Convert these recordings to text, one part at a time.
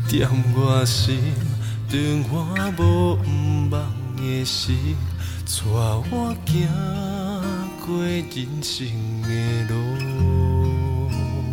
踮我心，长我无望的心，带我行过人生的路。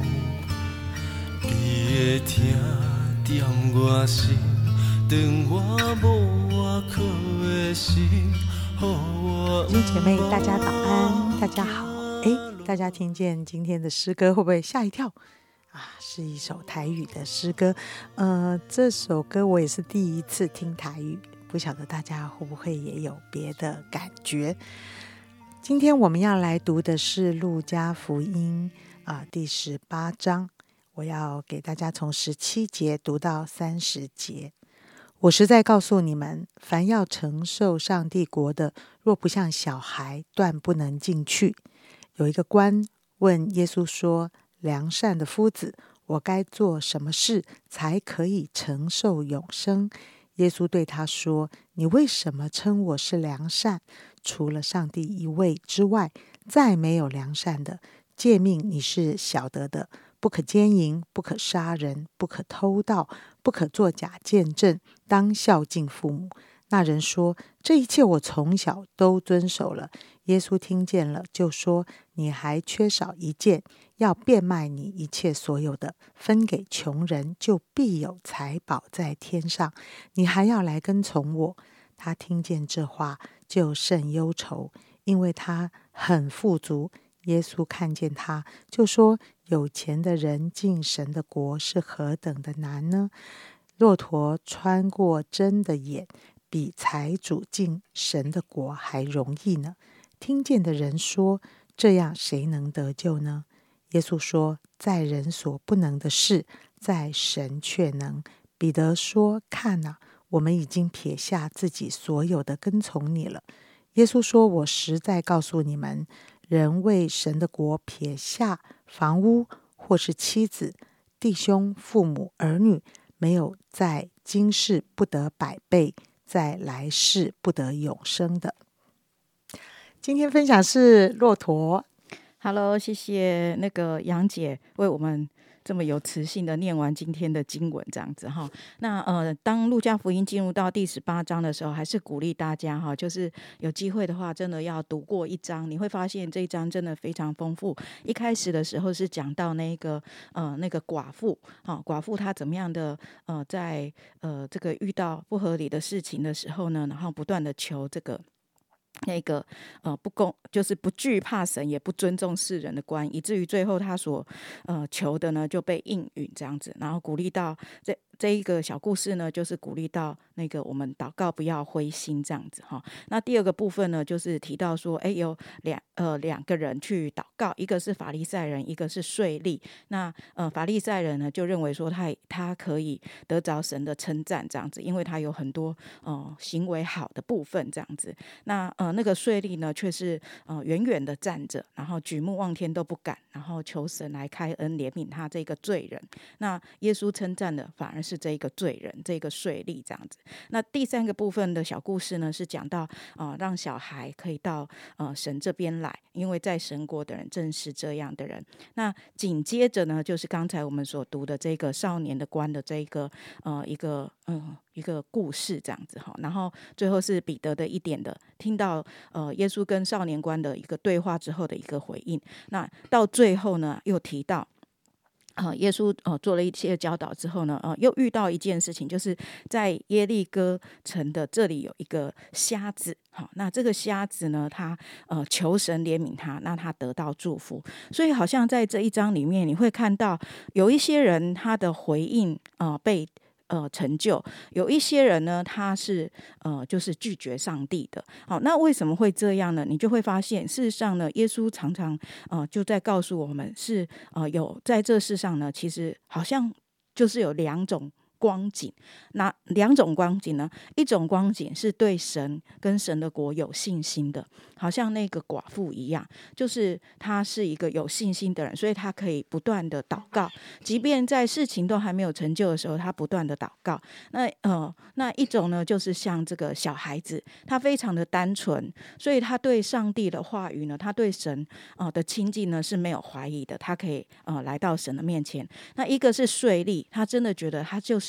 你的听踮我心，长我无外靠的心，予我。 弟兄姐妹，大家早安，大家好。大家听见今天的诗歌会不会吓一跳啊？是一首台语的诗歌，这首歌我也是第一次听台语，不晓得大家会不会也有别的感觉。今天我们要来读的是路加福音第18章，我要给大家从17节读到30节。我实在告诉你们，凡要承受上帝国的，若不像小孩，断不能进去。有一个官问耶稣说，良善的夫子，我该做什么事才可以承受永生？耶稣对他说，你为什么称我是良善？除了上帝一位之外，再没有良善的。诫命你是晓得的，不可奸淫，不可杀人，不可偷盗，不可作假见证，当孝敬父母。那人说，这一切我从小都遵守了。耶稣听见了，就说，你还缺少一件，要变卖你一切所有的，分给穷人，就必有财宝在天上。你还要来跟从我。他听见这话，就甚忧愁，因为他很富足。耶稣看见他，就说，有钱的人进神的国是何等的难呢？骆驼穿过针的眼，比财主进神的国还容易呢。听见的人说，这样谁能得救呢？耶稣说，在人所不能的事，在神却能。彼得说，看啊，我们已经撇下自己所有的跟从你了。耶稣说，我实在告诉你们，人为神的国撇下房屋，或是妻子、弟兄、父母、儿女，没有在今世不得100倍，在来世不得永生的。今天分享是骆驼。 Hello， 谢谢那个杨姐为我们这么有磁性的念完今天的经文，这样子哈。那当路加福音进入到第18章的时候，还是鼓励大家哈，就是有机会的话，真的要读过一章，你会发现这一章真的非常丰富。一开始的时候是讲到那个寡妇，寡妇她怎么样的在这个遇到不合理的事情的时候呢，然后不断的求这个。不公，就是不惧怕神，也不尊重世人的官，以至于最后他所求的呢就被应允这样子，然后鼓励到这一个小故事呢，就是鼓励到那个我们祷告不要灰心这样子哈。那第二个部分呢，就是提到说，有两个人去祷告，一个是法利赛人，一个是税吏。那法利赛人呢就认为说他可以得着神的称赞这样子，因为他有很多行为好的部分这样子。那个税吏呢，却是远远的站着，然后举目望天都不敢，然后求神来开恩怜悯他这个罪人。那耶稣称赞的反而是这一个罪人，这个税吏这样子。那第三个部分的小故事呢，是讲到让小孩可以到神这边来，因为在神国的人正是这样的人。那紧接着呢，就是刚才我们所读的这个少年的官的这一个一个故事这样子哈。然后最后是彼得的一点的听到耶稣跟少年官的一个对话之后的一个回应。那到最后呢，又提到耶稣做了一些教导之后呢，又遇到一件事情，就是在耶利哥城的这里有一个瞎子。好，那这个瞎子呢，他求神怜悯他，那他得到祝福。所以好像在这一章里面，你会看到有一些人他的回应被成就，有一些人呢，他是就是拒绝上帝的。好，那为什么会这样呢？你就会发现，事实上呢，耶稣常常就在告诉我们是有在这世上呢，其实好像就是有两种光景。那两种光景呢，一种光景是对神跟神的国有信心的，好像那个寡妇一样，就是他是一个有信心的人，所以他可以不断的祷告，即便在事情都还没有成就的时候，他不断的祷告。那一种呢，就是像这个小孩子，他非常的单纯，所以他对上帝的话语呢，他对神的亲近呢是没有怀疑的，他可以来到神的面前。那一个是税吏，他真的觉得他就是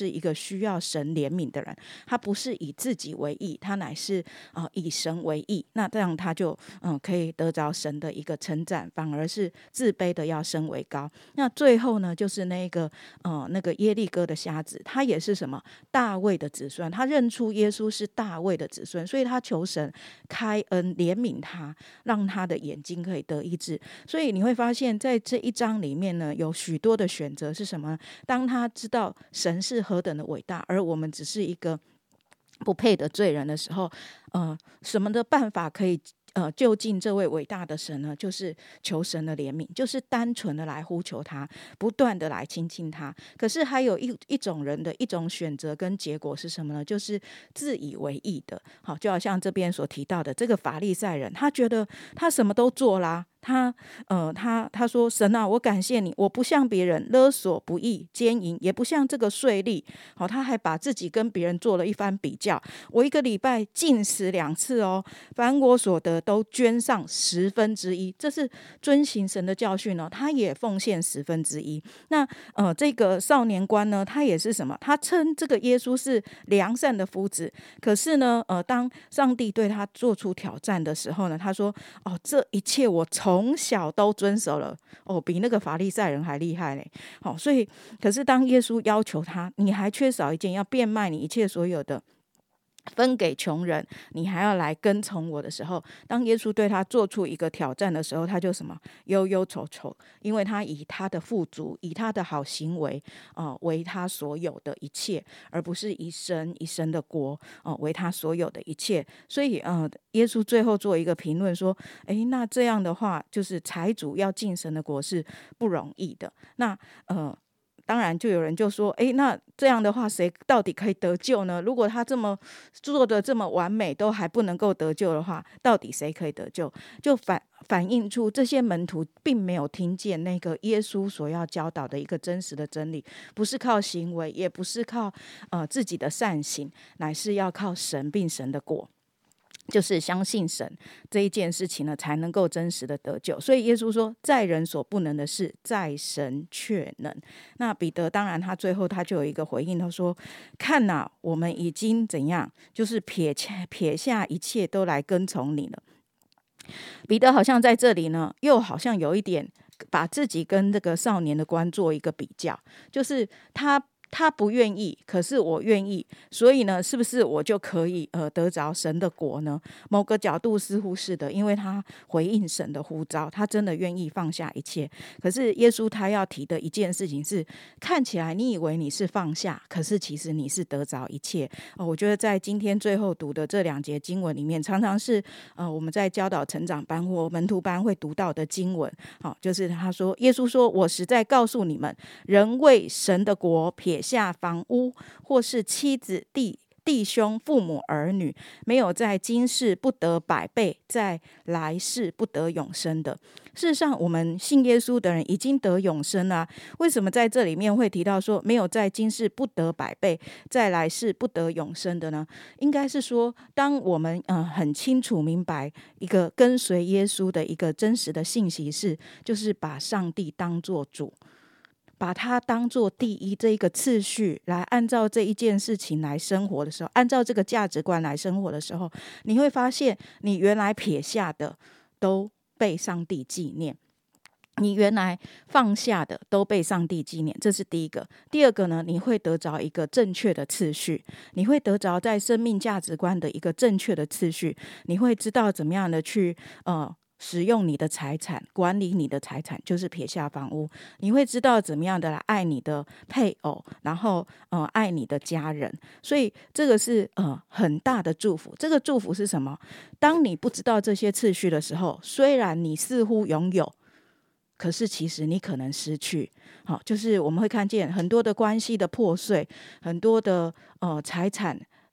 是一个需要神怜悯的人，他不是以自己为义，他乃是以神为义。那这样他就可以得着神的一个称赞，反而是自卑的要升为高。那最后呢，就是那个耶利哥的瞎子，他也是什么大卫的子孙，他认出耶稣是大卫的子孙，所以他求神开恩怜悯他，让他的眼睛可以得医治。所以你会发现在这一章里面呢，有许多的选择是什么？当他知道神是何等的伟大，而我们只是一个不配的罪人的时候，什么的办法可以就近这位伟大的神呢？就是求神的怜悯，就是单纯的来呼求他，不断的来亲近他。可是还有一种人的一种选择跟结果是什么呢？就是自以为义的。好，就好像这边所提到的这个法利赛人，他觉得他什么都做啦。他说神啊，我感谢你，我不像别人勒索不义奸淫，也不像这个税吏。好，他还把自己跟别人做了一番比较。我一个礼拜禁食2次哦，凡我所得都捐上1/10，这是遵行神的教训哦。他也奉献1/10。那这个少年官呢，他也是什么？他称这个耶稣是良善的夫子。可是呢，当上帝对他做出挑战的时候呢，他说这一切我从小都遵守了，比那个法利赛人还厉害嘞。所以可是当耶稣要求他，你还缺少一件，要变卖你一切所有的，分给穷人，你还要来跟从我的时候，当耶稣对他做出一个挑战的时候，他就什么忧忧愁愁，因为他以他的富足，以他的好行为为他所有的一切，而不是以神的国为他所有的一切。所以耶稣最后做一个评论说，那这样的话，就是财主要进神的国是不容易的。那当然就有人就说，那这样的话谁到底可以得救呢？如果他这么做的这么完美都还不能够得救的话，到底谁可以得救？就反映出这些门徒并没有听见那个耶稣所要教导的一个真实的真理，不是靠行为，也不是靠自己的善行，乃是要靠神并神的国，就是相信神这一件事情呢，才能够真实的得救。所以耶稣说，在人所不能的事，在神却能。那彼得当然他最后他就有一个回应，他说，看哪，我们已经怎样，就是撇下一切都来跟从你了。彼得好像在这里呢，又好像有一点把自己跟这个少年的官做一个比较，就是他不愿意，可是我愿意，所以呢，是不是我就可以得着神的国呢？某个角度似乎是的，因为他回应神的呼召，他真的愿意放下一切。可是耶稣他要提的一件事情是，看起来你以为你是放下，可是其实你是得着一切。我觉得在今天最后读的这2节经文里面，常常是我们在教导成长班或门徒班会读到的经文。就是他说，耶稣说，我实在告诉你们，人为神的国撇下房屋，或是妻子、弟兄、父母、儿女，没有在今世不得100倍，在来世不得永生的。事实上，我们信耶稣的人已经得永生了。为什么在这里面会提到说没有在今世不得100倍，在来世不得永生的呢？应该是说，当我们很清楚明白一个跟随耶稣的一个真实的信息是，就是把上帝当作主，把它当作第一这一个次序来按照这一件事情来生活的时候，按照这个价值观来生活的时候，你会发现你原来撇下的都被上帝纪念，你原来放下的都被上帝纪念，这是第一个。第二个呢，你会得着一个正确的次序，你会得着在生命价值观的一个正确的次序，你会知道怎么样的去使用你的财产，管理你的财产，就是撇下房屋。你会知道怎么样的来爱你的配偶，然后爱你的家人。所以这个是很大的祝福。这个祝福是什么？当你不知道这些次序的时候，虽然你似乎拥有，可是其实你可能失去。就是我们会看见很多的关系的破碎，很多的财产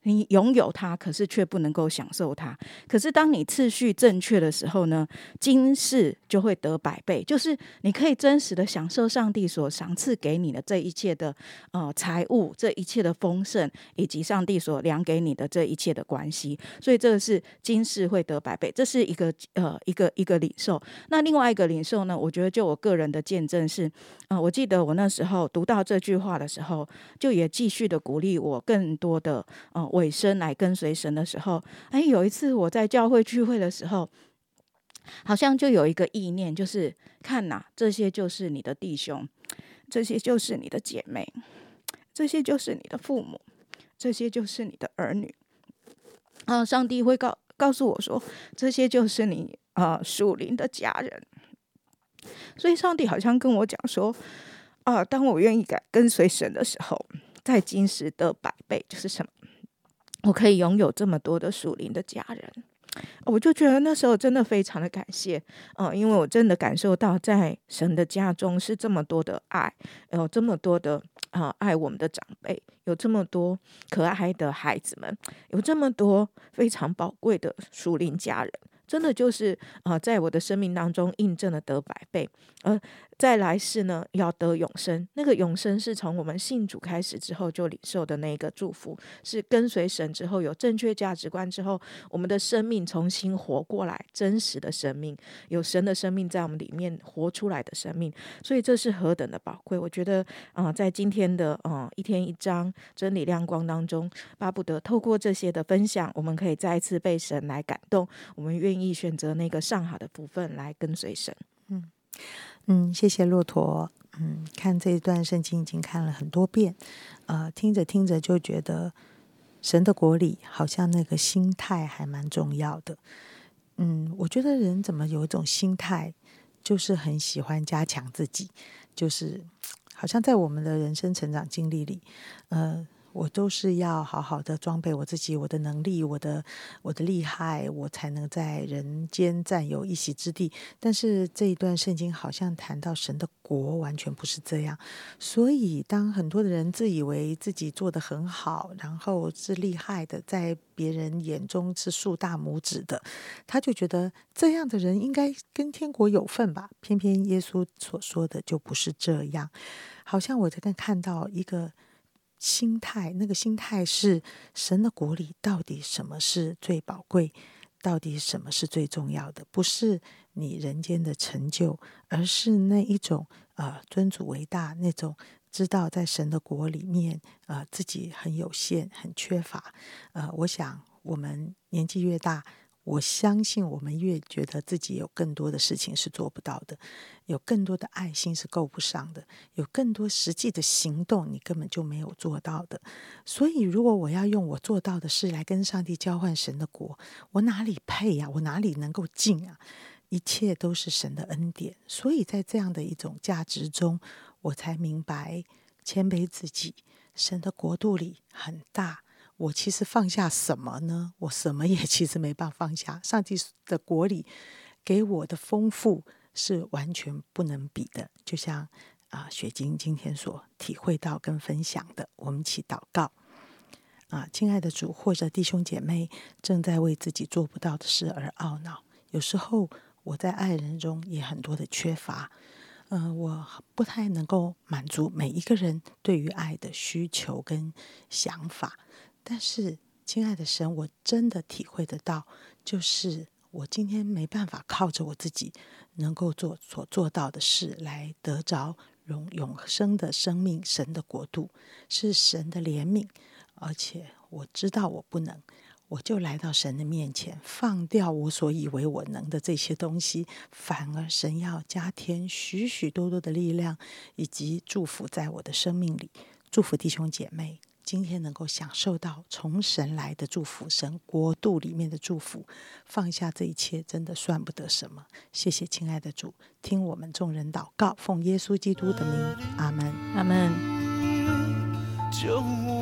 你拥有它，可是却不能够享受它。可是当你次序正确的时候呢，今世就会得百倍，就是你可以真实的享受上帝所赏赐给你的这一切的财物，这一切的丰盛，以及上帝所量给你的这一切的关系。所以这个是今世会得百倍，这是一个领受。那另外一个领受呢，我觉得就我个人的见证是，我记得我那时候读到这句话的时候，就也继续的鼓励我更多的委身来跟随神的时候，有一次我在教会聚会的时候，好像就有一个意念，就是看哪，这些就是你的弟兄，这些就是你的姐妹，这些就是你的父母，这些就是你的儿女。上帝会告诉我说，这些就是你属灵的家人。所以上帝好像跟我讲说，当我愿意跟随神的时候，在今时得百倍，就是什么？我可以拥有这么多的属灵的家人。我就觉得那时候真的非常的感谢，因为我真的感受到在神的家中是这么多的爱，有这么多的爱我们的长辈，有这么多可爱的孩子们，有这么多非常宝贵的属灵家人，真的就是在我的生命当中印证了得百倍。再来是呢，要得永生。那个永生是从我们信主开始之后就领受的那个祝福，是跟随神之后有正确价值观之后，我们的生命重新活过来，真实的生命，有神的生命在我们里面活出来的生命。所以这是何等的宝贵。我觉得在今天的一天一章真理亮光当中，巴不得透过这些的分享，我们可以再一次被神来感动，我们愿意选择那个上好的福分来跟随神。 谢谢骆驼。看这一段圣经已经看了很多遍，听着听着就觉得神的国里好像那个心态还蛮重要的。我觉得人怎么有一种心态，就是很喜欢加强自己，就是好像在我们的人生成长经历里，我都是要好好的装备我自己，我的能力，我的厉害，我才能在人间占有一席之地。但是这一段圣经好像谈到神的国完全不是这样，所以当很多的人自以为自己做得很好，然后是厉害的，在别人眼中是竖大拇指的，他就觉得这样的人应该跟天国有份吧。偏偏耶稣所说的就不是这样，好像我在看到一个心态，那个心态是神的国里到底什么是最宝贵，到底什么是最重要的，不是你人间的成就，而是那一种尊主为大，那种知道在神的国里面自己很有限，很缺乏。我想我们年纪越大，我相信我们越觉得自己有更多的事情是做不到的，有更多的爱心是够不上的，有更多实际的行动你根本就没有做到的。所以如果我要用我做到的事来跟上帝交换神的国，我哪里配呀？我哪里能够进啊？一切都是神的恩典。所以在这样的一种价值中，我才明白谦卑自己，神的国度里很大，我其实放下什么呢？我什么也其实没办法放下。上帝的国里给我的丰富是完全不能比的。就像雪晶今天所体会到跟分享的，我们一起祷告。亲爱的主，或者弟兄姐妹正在为自己做不到的事而懊恼，有时候我在爱人中也很多的缺乏，我不太能够满足每一个人对于爱的需求跟想法。但是亲爱的神，我真的体会得到，就是我今天没办法靠着我自己能够所做到的事来得着永生的生命，神的国度是神的怜悯，而且我知道我不能，我就来到神的面前，放掉我所以为我能的这些东西，反而神要加添许许多多的力量以及祝福在我的生命里。祝福弟兄姐妹今天能够享受到从神来的祝福，神国度里面的祝福，放下这一切真的算不得什么。谢谢亲爱的主，听我们众人祷告，奉耶稣基督的名，阿们， 阿们。